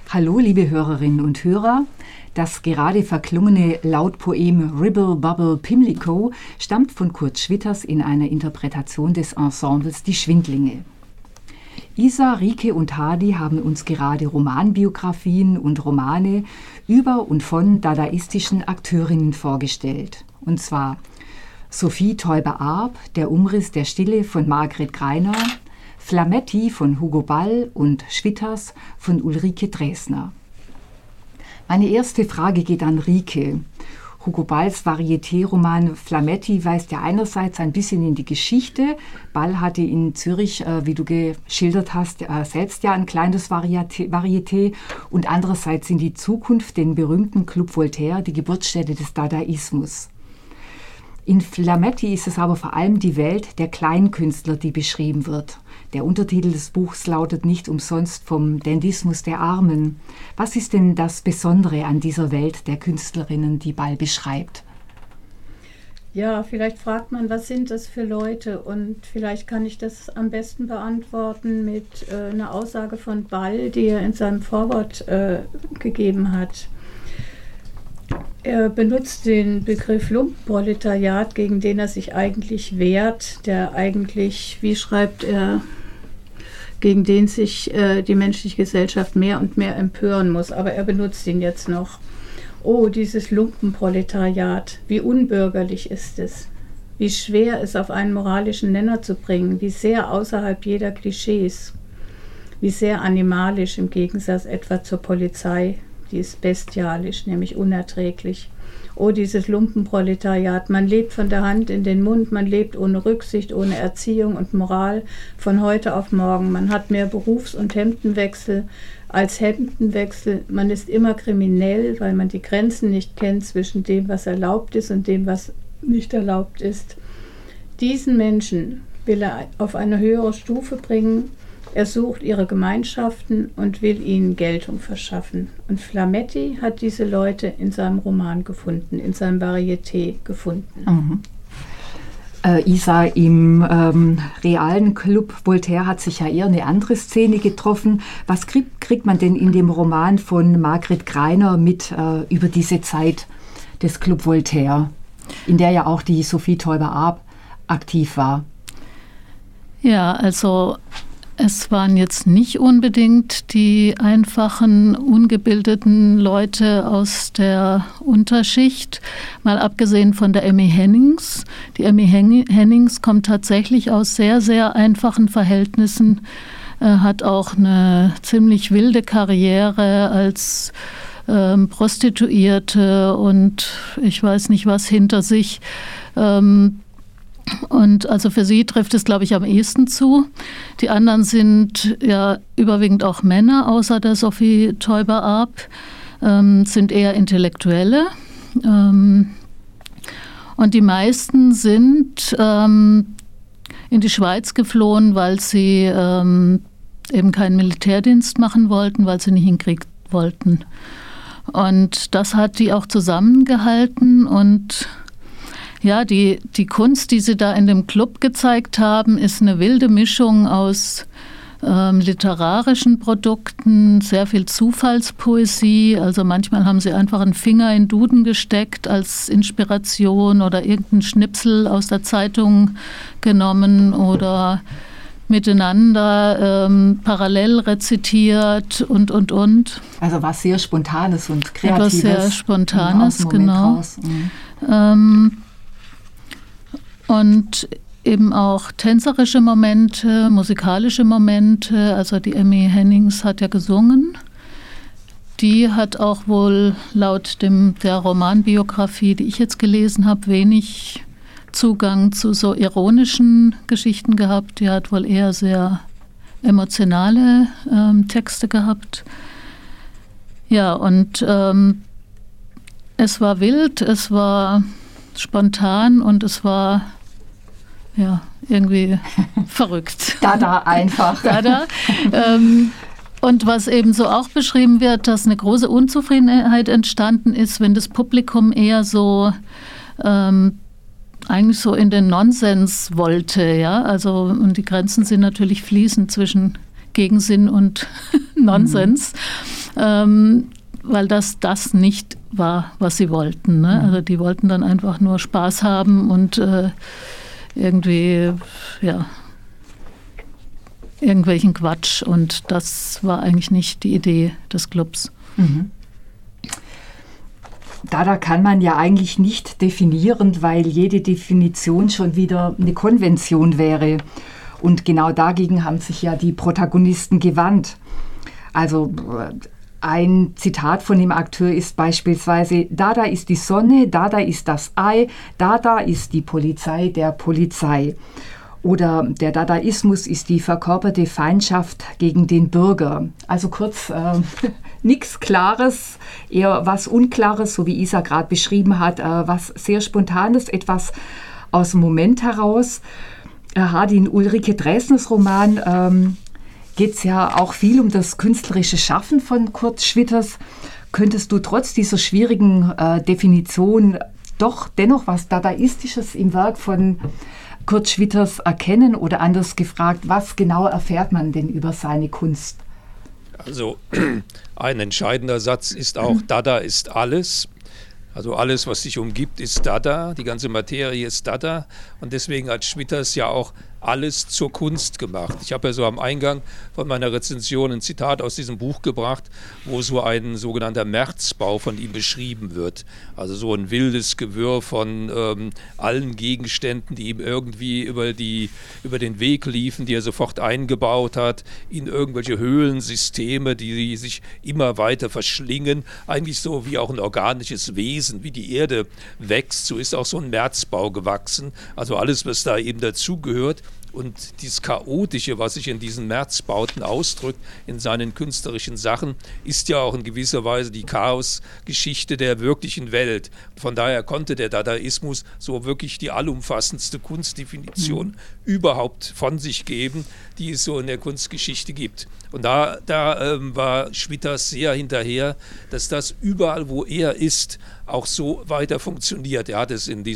Hallo, liebe Hörerinnen und Hörer. Das gerade verklungene Lautpoem Ribble Bubble Pimlico stammt von Kurt Schwitters in einer Interpretation des Ensembles Die Schwindlinge. Isa, Rike und Hadi haben uns gerade Romanbiografien und Romane über und von dadaistischen Akteurinnen vorgestellt. Und zwar Sophie Teuber-Arp, Der Umriss der Stille von Margret Greiner, Flametti von Hugo Ball und Schwitters von Ulrike Dresner. Meine erste Frage geht an Rike. Hugo Balls Varieté-Roman Flametti weist ja einerseits ein bisschen in die Geschichte. Ball hatte in Zürich, wie du geschildert hast, selbst ja ein kleines Varieté und andererseits in die Zukunft, den berühmten Club Voltaire, die Geburtsstätte des Dadaismus. In Flametti ist es aber vor allem die Welt der Kleinkünstler, die beschrieben wird. Der Untertitel des Buchs lautet nicht umsonst vom Dandismus der Armen. Was ist denn das Besondere an dieser Welt der Künstlerinnen, die Ball beschreibt? Ja, vielleicht fragt man, was sind das für Leute? Und vielleicht kann ich das am besten beantworten mit einer Aussage von Ball, die er in seinem Vorwort gegeben hat. Er benutzt den Begriff Lumpenproletariat, gegen den er sich eigentlich wehrt, der eigentlich, wie schreibt er, gegen den sich die menschliche Gesellschaft mehr und mehr empören muss. Aber er benutzt ihn jetzt noch. Oh, dieses Lumpenproletariat, wie unbürgerlich ist es, wie schwer es auf einen moralischen Nenner zu bringen, wie sehr außerhalb jeder Klischees, wie sehr animalisch im Gegensatz etwa zur Polizei. Die ist bestialisch, nämlich unerträglich. Oh, dieses Lumpenproletariat, man lebt von der Hand in den Mund, man lebt ohne Rücksicht, ohne Erziehung und Moral von heute auf morgen. Man hat mehr Berufs- und Hemdenwechsel als Hemdenwechsel. Man ist immer kriminell, weil man die Grenzen nicht kennt zwischen dem, was erlaubt ist und dem, was nicht erlaubt ist. Diesen Menschen will er auf eine höhere Stufe bringen. Er sucht ihre Gemeinschaften und will ihnen Geltung verschaffen. Und Flametti hat diese Leute in seinem Roman gefunden, in seinem Varieté gefunden. Mhm. Isa, im realen Club Voltaire hat sich ja eher eine andere Szene getroffen. Was kriegt man denn in dem Roman von Margret Greiner mit über diese Zeit des Club Voltaire, in der ja auch die Sophie Teuber-Arp aktiv war? Ja, also es waren jetzt nicht unbedingt die einfachen, ungebildeten Leute aus der Unterschicht, mal abgesehen von der Emmy Hennings. Die Emmy Hennings kommt tatsächlich aus sehr, sehr einfachen Verhältnissen, hat auch eine ziemlich wilde Karriere als Prostituierte und ich weiß nicht was hinter sich. Und also für sie trifft es, glaube ich, am ehesten zu. Die anderen sind ja überwiegend auch Männer, außer der Sophie Teuber-Arp, sind eher Intellektuelle. Und die meisten sind in die Schweiz geflohen, weil sie eben keinen Militärdienst machen wollten, weil sie nicht in den Krieg wollten. Und das hat die auch zusammengehalten und ja, die Kunst, die sie da in dem Club gezeigt haben, ist eine wilde Mischung aus literarischen Produkten, sehr viel Zufallspoesie. Also manchmal haben sie einfach einen Finger in Duden gesteckt als Inspiration oder irgendeinen Schnipsel aus der Zeitung genommen oder miteinander parallel rezitiert und. Also was sehr Spontanes und Kreatives. Etwas sehr Spontanes, genau. Und eben auch tänzerische Momente, musikalische Momente. Also die Emmy Hennings hat ja gesungen. Die hat auch wohl laut der Romanbiografie, die ich jetzt gelesen habe, wenig Zugang zu so ironischen Geschichten gehabt. Die hat wohl eher sehr emotionale Texte gehabt. Ja, und es war wild, es war spontan und es war ja irgendwie verrückt. Dada einfach. Dada. Und was eben so auch beschrieben wird, dass eine große Unzufriedenheit entstanden ist, wenn das Publikum eher so eigentlich so in den Nonsens wollte, ja. Also und die Grenzen sind natürlich fließend zwischen Gegensinn und Nonsens, weil das nicht war, was sie wollten. Ne? Also die wollten dann einfach nur Spaß haben und irgendwie, ja, irgendwelchen Quatsch, und das war eigentlich nicht die Idee des Clubs. Dada kann man ja eigentlich nicht definieren, weil jede Definition schon wieder eine Konvention wäre. Und genau dagegen haben sich ja die Protagonisten gewandt. Also ein Zitat von dem Akteur ist beispielsweise: Dada ist die Sonne, Dada ist das Ei, Dada ist die Polizei der Polizei. Oder der Dadaismus ist die verkörperte Feindschaft gegen den Bürger. Also kurz, nichts Klares, eher was Unklares, so wie Isa gerade beschrieben hat, was sehr Spontanes, etwas aus dem Moment heraus. In Ulrike Dresners Roman geht es ja auch viel um das künstlerische Schaffen von Kurt Schwitters. Könntest du trotz dieser schwierigen Definition doch dennoch was Dadaistisches im Werk von Kurt Schwitters erkennen, oder anders gefragt, was genau erfährt man denn über seine Kunst? Also ein entscheidender Satz ist auch: Dada ist alles. Also alles, was sich umgibt, ist Dada, die ganze Materie ist Dada, und deswegen hat Schwitters ja auch alles zur Kunst gemacht. Ich habe ja so am Eingang von meiner Rezension ein Zitat aus diesem Buch gebracht, wo so ein sogenannter Märzbau von ihm beschrieben wird. Also so ein wildes Gewirr von allen Gegenständen, die ihm irgendwie über den Weg liefen, die er sofort eingebaut hat, in irgendwelche Höhlensysteme, die sich immer weiter verschlingen. Eigentlich so wie auch ein organisches Wesen, wie die Erde wächst, so ist auch so ein Märzbau gewachsen. Also alles, was da eben dazugehört. Und dieses Chaotische, was sich in diesen Märzbauten ausdrückt, in seinen künstlerischen Sachen, ist ja auch in gewisser Weise die Chaosgeschichte der wirklichen Welt. Von daher konnte der Dadaismus so wirklich die allumfassendste Kunstdefinition überhaupt von sich geben, die es so in der Kunstgeschichte gibt. Und da war Schwitters sehr hinterher, dass das überall, wo er ist, auch so weiter funktioniert. Er hat es in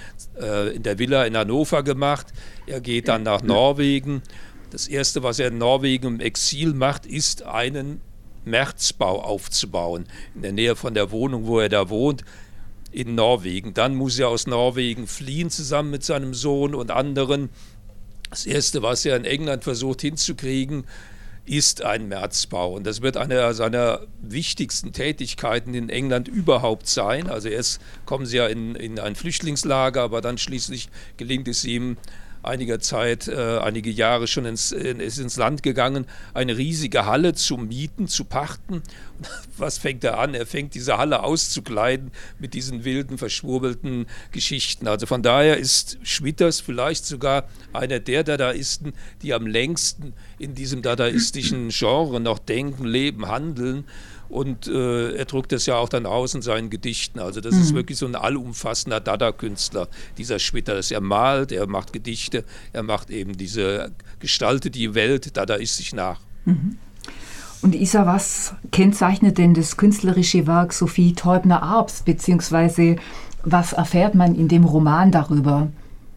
der Villa in Hannover gemacht. Er geht dann nach Norwegen. Das Erste, was er in Norwegen im Exil macht, ist, einen Märzbau aufzubauen, in der Nähe von der Wohnung, wo er da wohnt, in Norwegen. Dann muss er aus Norwegen fliehen, zusammen mit seinem Sohn und anderen. Das Erste, was er in England versucht hinzukriegen, ist ein Märzbau. Und das wird eine seiner wichtigsten Tätigkeiten in England überhaupt sein. Also erst kommen sie ja in ein Flüchtlingslager, aber dann schließlich gelingt es ihm, einige Jahre schon ins Land gegangen, eine riesige Halle zu mieten, zu pachten. Was fängt er an? Er fängt diese Halle auszukleiden mit diesen wilden, verschwurbelten Geschichten. Also von daher ist Schwitters vielleicht sogar einer der Dadaisten, die am längsten in diesem dadaistischen Genre noch denken, leben, handeln. Und er drückt das ja auch dann aus in seinen Gedichten. Also das ist wirklich so ein allumfassender Dada-Künstler, dieser Schwitters. Er malt, er macht Gedichte, er macht eben gestaltet die Welt dadaistisch nach. Und Isa, was kennzeichnet denn das künstlerische Werk Sophie Teubner-Arps, beziehungsweise was erfährt man in dem Roman darüber?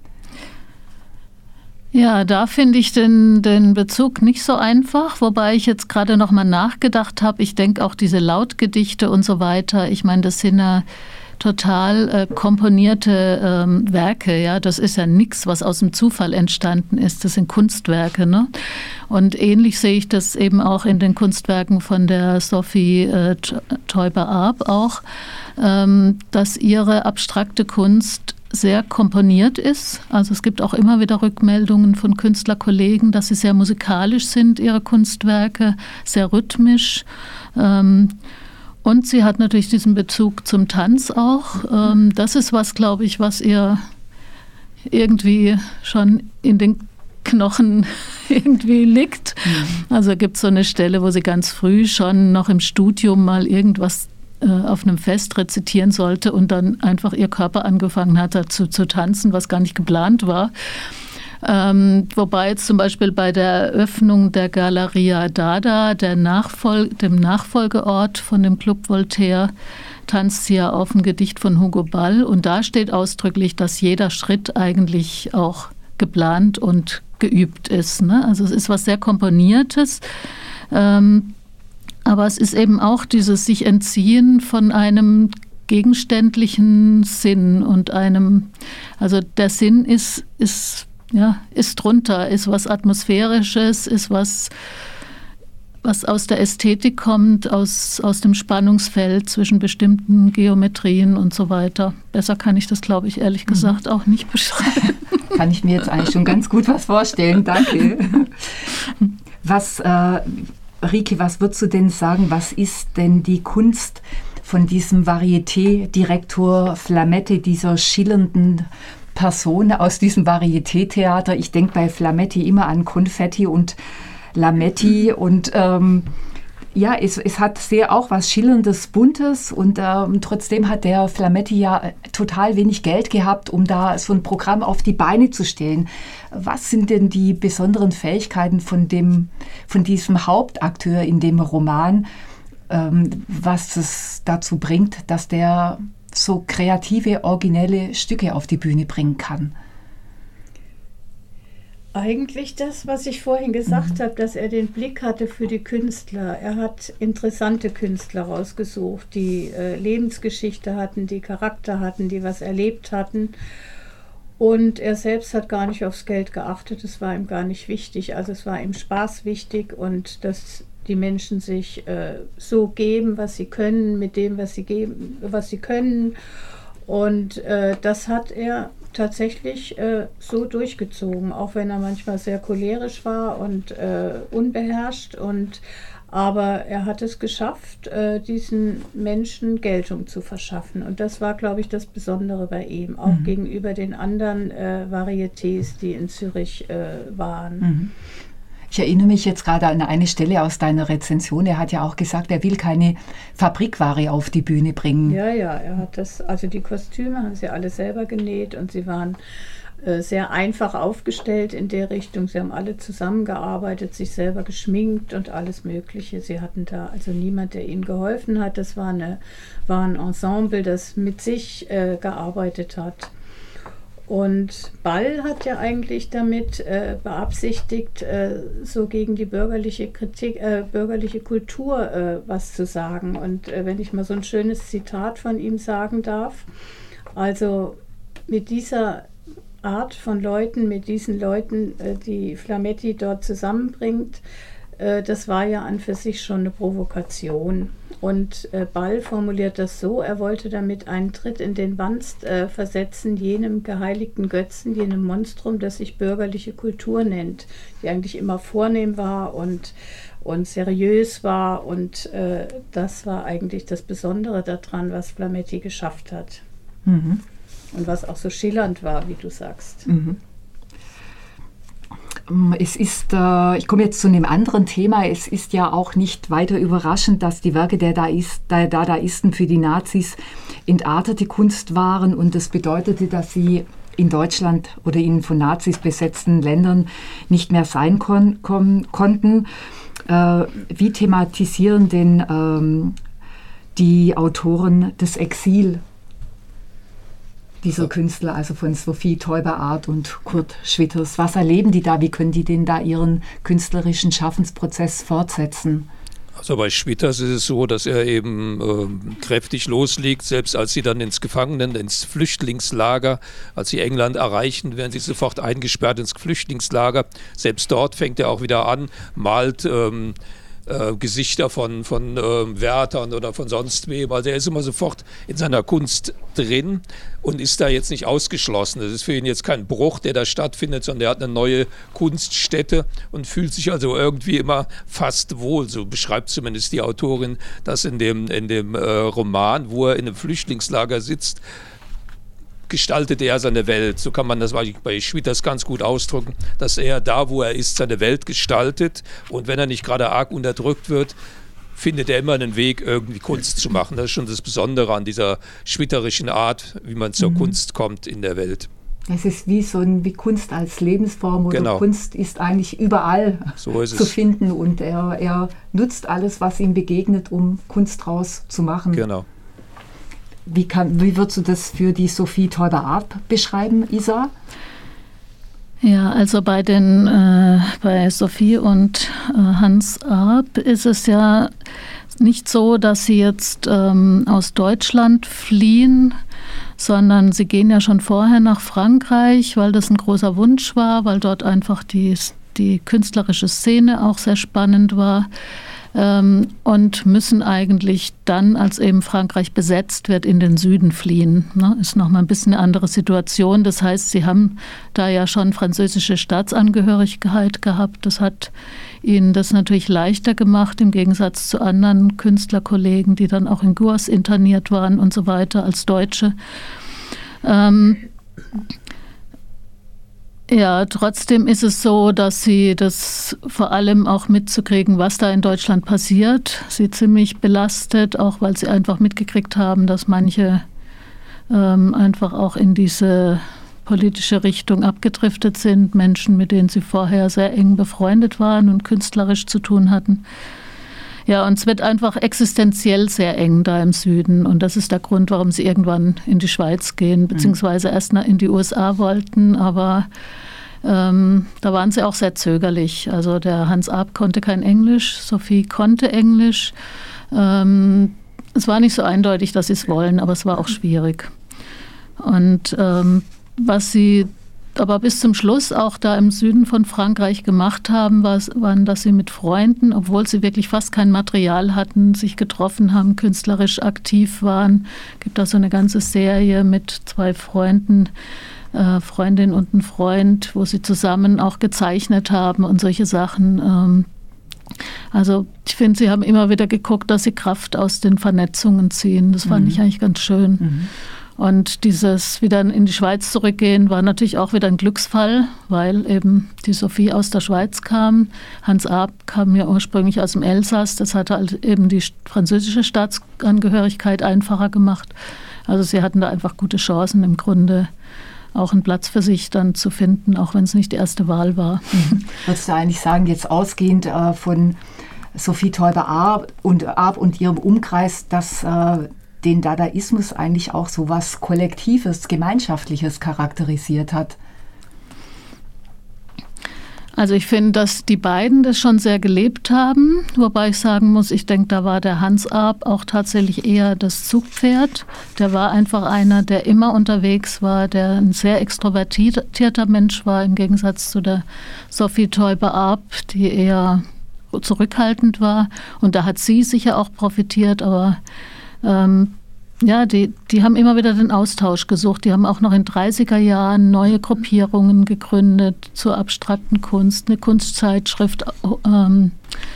Ja, da finde ich den Bezug nicht so einfach, wobei ich jetzt gerade noch mal nachgedacht habe. Ich denke auch diese Lautgedichte und so weiter, ich meine, das sind ja total komponierte Werke, ja, das ist ja nichts, was aus dem Zufall entstanden ist, das sind Kunstwerke, ne? Und ähnlich sehe ich das eben auch in den Kunstwerken von der Sophie Teuber-Arp auch, dass ihre abstrakte Kunst sehr komponiert ist. Also es gibt auch immer wieder Rückmeldungen von Künstlerkollegen, dass sie sehr musikalisch sind, ihre Kunstwerke, sehr rhythmisch. Und sie hat natürlich diesen Bezug zum Tanz auch. Das ist was, glaube ich, was ihr irgendwie schon in den Knochen irgendwie liegt. Also gibt es so eine Stelle, wo sie ganz früh schon noch im Studium mal irgendwas auf einem Fest rezitieren sollte und dann einfach ihr Körper angefangen hat dazu zu tanzen, was gar nicht geplant war. Wobei jetzt zum Beispiel bei der Eröffnung der Galleria Dada, dem Nachfolgeort von dem Club Voltaire, tanzt sie ja auf ein Gedicht von Hugo Ball und da steht ausdrücklich, dass jeder Schritt eigentlich auch geplant und geübt ist. Ne? Also es ist was sehr Komponiertes, aber es ist eben auch dieses sich entziehen von einem gegenständlichen Sinn und also der Sinn ist drunter, ist was Atmosphärisches, ist was aus der Ästhetik kommt, aus dem Spannungsfeld zwischen bestimmten Geometrien und so weiter. Besser kann ich das, glaube ich, ehrlich gesagt auch nicht beschreiben. Kann ich mir jetzt eigentlich schon ganz gut was vorstellen, danke. Rike, was würdest du denn sagen, was ist denn die Kunst von diesem Varieté-Direktor Flametti, dieser schillernden Person aus diesem Varieté-Theater? Ich denke bei Flametti immer an Confetti und Lametti und es hat sehr auch was Schillerndes, Buntes und trotzdem hat der Flametti ja total wenig Geld gehabt, um da so ein Programm auf die Beine zu stellen. Was sind denn die besonderen Fähigkeiten von diesem Hauptakteur in dem Roman, was es dazu bringt, dass der so kreative, originelle Stücke auf die Bühne bringen kann? Eigentlich das, was ich vorhin gesagt habe, dass er den Blick hatte für die Künstler. Er hat interessante Künstler rausgesucht, die Lebensgeschichte hatten, die Charakter hatten, die was erlebt hatten. Und er selbst hat gar nicht aufs Geld geachtet, es war ihm gar nicht wichtig. Also es war ihm Spaß wichtig und dass die Menschen sich so geben, was sie können, mit dem, was sie geben, was sie können. Und das hat er tatsächlich so durchgezogen, auch wenn er manchmal sehr cholerisch war und unbeherrscht. Aber er hat es geschafft, diesen Menschen Geltung zu verschaffen. Und das war, glaube ich, das Besondere bei ihm, auch gegenüber den anderen Varietés, die in Zürich waren. Ich erinnere mich jetzt gerade an eine Stelle aus deiner Rezension. Er hat ja auch gesagt, er will keine Fabrikware auf die Bühne bringen. Ja, er hat das, also die Kostüme haben sie alle selber genäht und sie waren sehr einfach aufgestellt in der Richtung. Sie haben alle zusammengearbeitet, sich selber geschminkt und alles Mögliche. Sie hatten da also niemand, der ihnen geholfen hat. Das war ein Ensemble, das mit sich gearbeitet hat. Und Ball hat ja eigentlich damit beabsichtigt, so gegen die bürgerliche Kultur was zu sagen. Und wenn ich mal so ein schönes Zitat von ihm sagen darf, also mit dieser Art von Leuten, mit diesen Leuten, die Flametti dort zusammenbringt, das war ja an für sich schon eine Provokation. Und Ball formuliert das so, er wollte damit einen Tritt in den Wanst versetzen, jenem geheiligten Götzen, jenem Monstrum, das sich bürgerliche Kultur nennt, die eigentlich immer vornehm war und seriös war. Und das war eigentlich das Besondere daran, was Flametti geschafft hat. Und was auch so schillernd war, wie du sagst. Es ist, ich komme jetzt zu einem anderen Thema, es ist ja auch nicht weiter überraschend, dass die Werke der Dadaisten für die Nazis entartete Kunst waren und das bedeutete, dass sie in Deutschland oder in von Nazis besetzten Ländern nicht mehr sein konnten. Wie thematisieren denn die Autoren das Exil dieser Künstler, also von Sophie Teuber-Art und Kurt Schwitters? Was erleben die da? Wie können die denn da ihren künstlerischen Schaffensprozess fortsetzen? Also bei Schwitters ist es so, dass er eben kräftig loslegt, selbst als sie dann ins Flüchtlingslager, als sie England erreichen, werden sie sofort eingesperrt ins Flüchtlingslager. Selbst dort fängt er auch wieder an, malt Gesichter von Wärtern oder von sonst wem. Also er ist immer sofort in seiner Kunst drin und ist da jetzt nicht ausgeschlossen. Das ist für ihn jetzt kein Bruch, der da stattfindet, sondern er hat eine neue Kunststätte und fühlt sich also irgendwie immer fast wohl. So beschreibt zumindest die Autorin das in dem Roman, wo er in einem Flüchtlingslager sitzt, gestaltet er seine Welt. So kann man das bei Schwitters ganz gut ausdrücken, dass er da, wo er ist, seine Welt gestaltet und wenn er nicht gerade arg unterdrückt wird, findet er immer einen Weg, irgendwie Kunst zu machen. Das ist schon das Besondere an dieser schwitterischen Art, wie man zur Kunst kommt in der Welt. Es ist wie Kunst als Lebensform oder genau. Kunst ist eigentlich überall zu finden und er nutzt alles, was ihm begegnet, um Kunst draus zu machen. Genau. Wie würdest du das für die Sophie Teuber-Art beschreiben, Isa? Ja, also bei Sophie und Hans Arp ist es ja nicht so, dass sie jetzt aus Deutschland fliehen, sondern sie gehen ja schon vorher nach Frankreich, weil das ein großer Wunsch war, weil dort einfach die künstlerische Szene auch sehr spannend war. Und müssen eigentlich dann, als eben Frankreich besetzt wird, in den Süden fliehen. Ist nochmal ein bisschen eine andere Situation. Das heißt, sie haben da ja schon französische Staatsangehörigkeit gehabt. Das hat ihnen das natürlich leichter gemacht, im Gegensatz zu anderen Künstlerkollegen, die dann auch in Gurs interniert waren und so weiter, als Deutsche. Ja, trotzdem ist es so, dass sie das vor allem auch mitzukriegen, was da in Deutschland passiert, sie ziemlich belastet, auch weil sie einfach mitgekriegt haben, dass manche einfach auch in diese politische Richtung abgedriftet sind, Menschen, mit denen sie vorher sehr eng befreundet waren und künstlerisch zu tun hatten. Ja, und es wird einfach existenziell sehr eng da im Süden. Und das ist der Grund, warum sie irgendwann in die Schweiz gehen, beziehungsweise erst in die USA wollten. Aber da waren sie auch sehr zögerlich. Also der Hans Arp konnte kein Englisch, Sophie konnte Englisch. Es war nicht so eindeutig, dass sie es wollen, aber es war auch schwierig. Und was sie aber bis zum Schluss auch da im Süden von Frankreich gemacht haben, waren, dass sie mit Freunden, obwohl sie wirklich fast kein Material hatten, sich getroffen haben, künstlerisch aktiv waren. Es gibt da so eine ganze Serie mit 2 Freunden, Freundin und ein Freund, wo sie zusammen auch gezeichnet haben und solche Sachen. Also ich finde, sie haben immer wieder geguckt, dass sie Kraft aus den Vernetzungen ziehen. Das fand ich eigentlich ganz schön. Und dieses wieder in die Schweiz zurückgehen war natürlich auch wieder ein Glücksfall, weil eben die Sophie aus der Schweiz kam. Hans Arp kam ja ursprünglich aus dem Elsass. Das hatte halt eben die französische Staatsangehörigkeit einfacher gemacht. Also sie hatten da einfach gute Chancen, im Grunde auch einen Platz für sich dann zu finden, auch wenn es nicht die erste Wahl war. Würdest du eigentlich sagen, jetzt ausgehend von Sophie Teuber-Arp und ihrem Umkreis, dass den Dadaismus eigentlich auch so was Kollektives, Gemeinschaftliches charakterisiert hat? Also ich finde, dass die beiden das schon sehr gelebt haben, wobei ich sagen muss, ich denke, da war der Hans Arp auch tatsächlich eher das Zugpferd. Der war einfach einer, der immer unterwegs war, der ein sehr extrovertierter Mensch war, im Gegensatz zu der Sophie Teuber-Arp, die eher zurückhaltend war. Und da hat sie sicher auch profitiert, aber ja, die haben immer wieder den Austausch gesucht. Die haben auch noch in 30er Jahren neue Gruppierungen gegründet zur abstrakten Kunst, eine Kunstzeitschrift, eine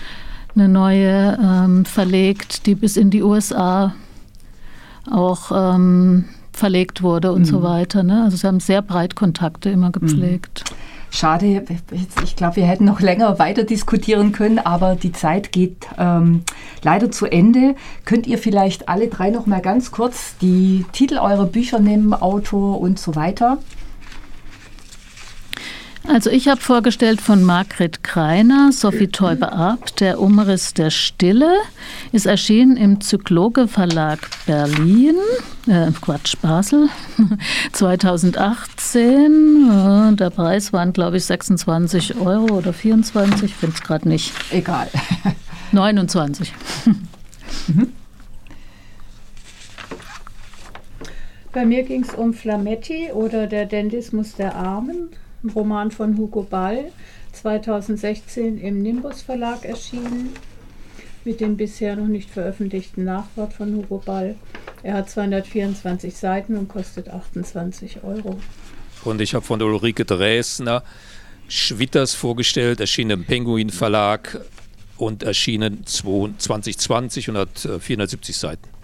neue verlegt, die bis in die USA auch verlegt wurde und so weiter. Ne? Also sie haben sehr breit Kontakte immer gepflegt. Schade, ich glaube, wir hätten noch länger weiter diskutieren können, aber die Zeit geht leider zu Ende. Könnt ihr vielleicht alle 3 noch mal ganz kurz die Titel eurer Bücher nennen, Autor und so weiter? Also ich habe vorgestellt von Margret Kreiner, Sophie Teuber-Arp, Der Umriss der Stille, ist erschienen im Zykloge Verlag Berlin, Basel, 2018. Der Preis waren, glaube ich, 26 € oder 24, ich finde es gerade nicht. Egal. 29. Bei mir ging es um Flametti oder Der Dandismus der Armen. Ein Roman von Hugo Ball, 2016 im Nimbus Verlag erschienen, mit dem bisher noch nicht veröffentlichten Nachwort von Hugo Ball. Er hat 224 Seiten und kostet 28 €. Und ich habe von Ulrike Dresner Schwitters vorgestellt, erschienen im Penguin Verlag und erschienen 2020 und hat 470 Seiten.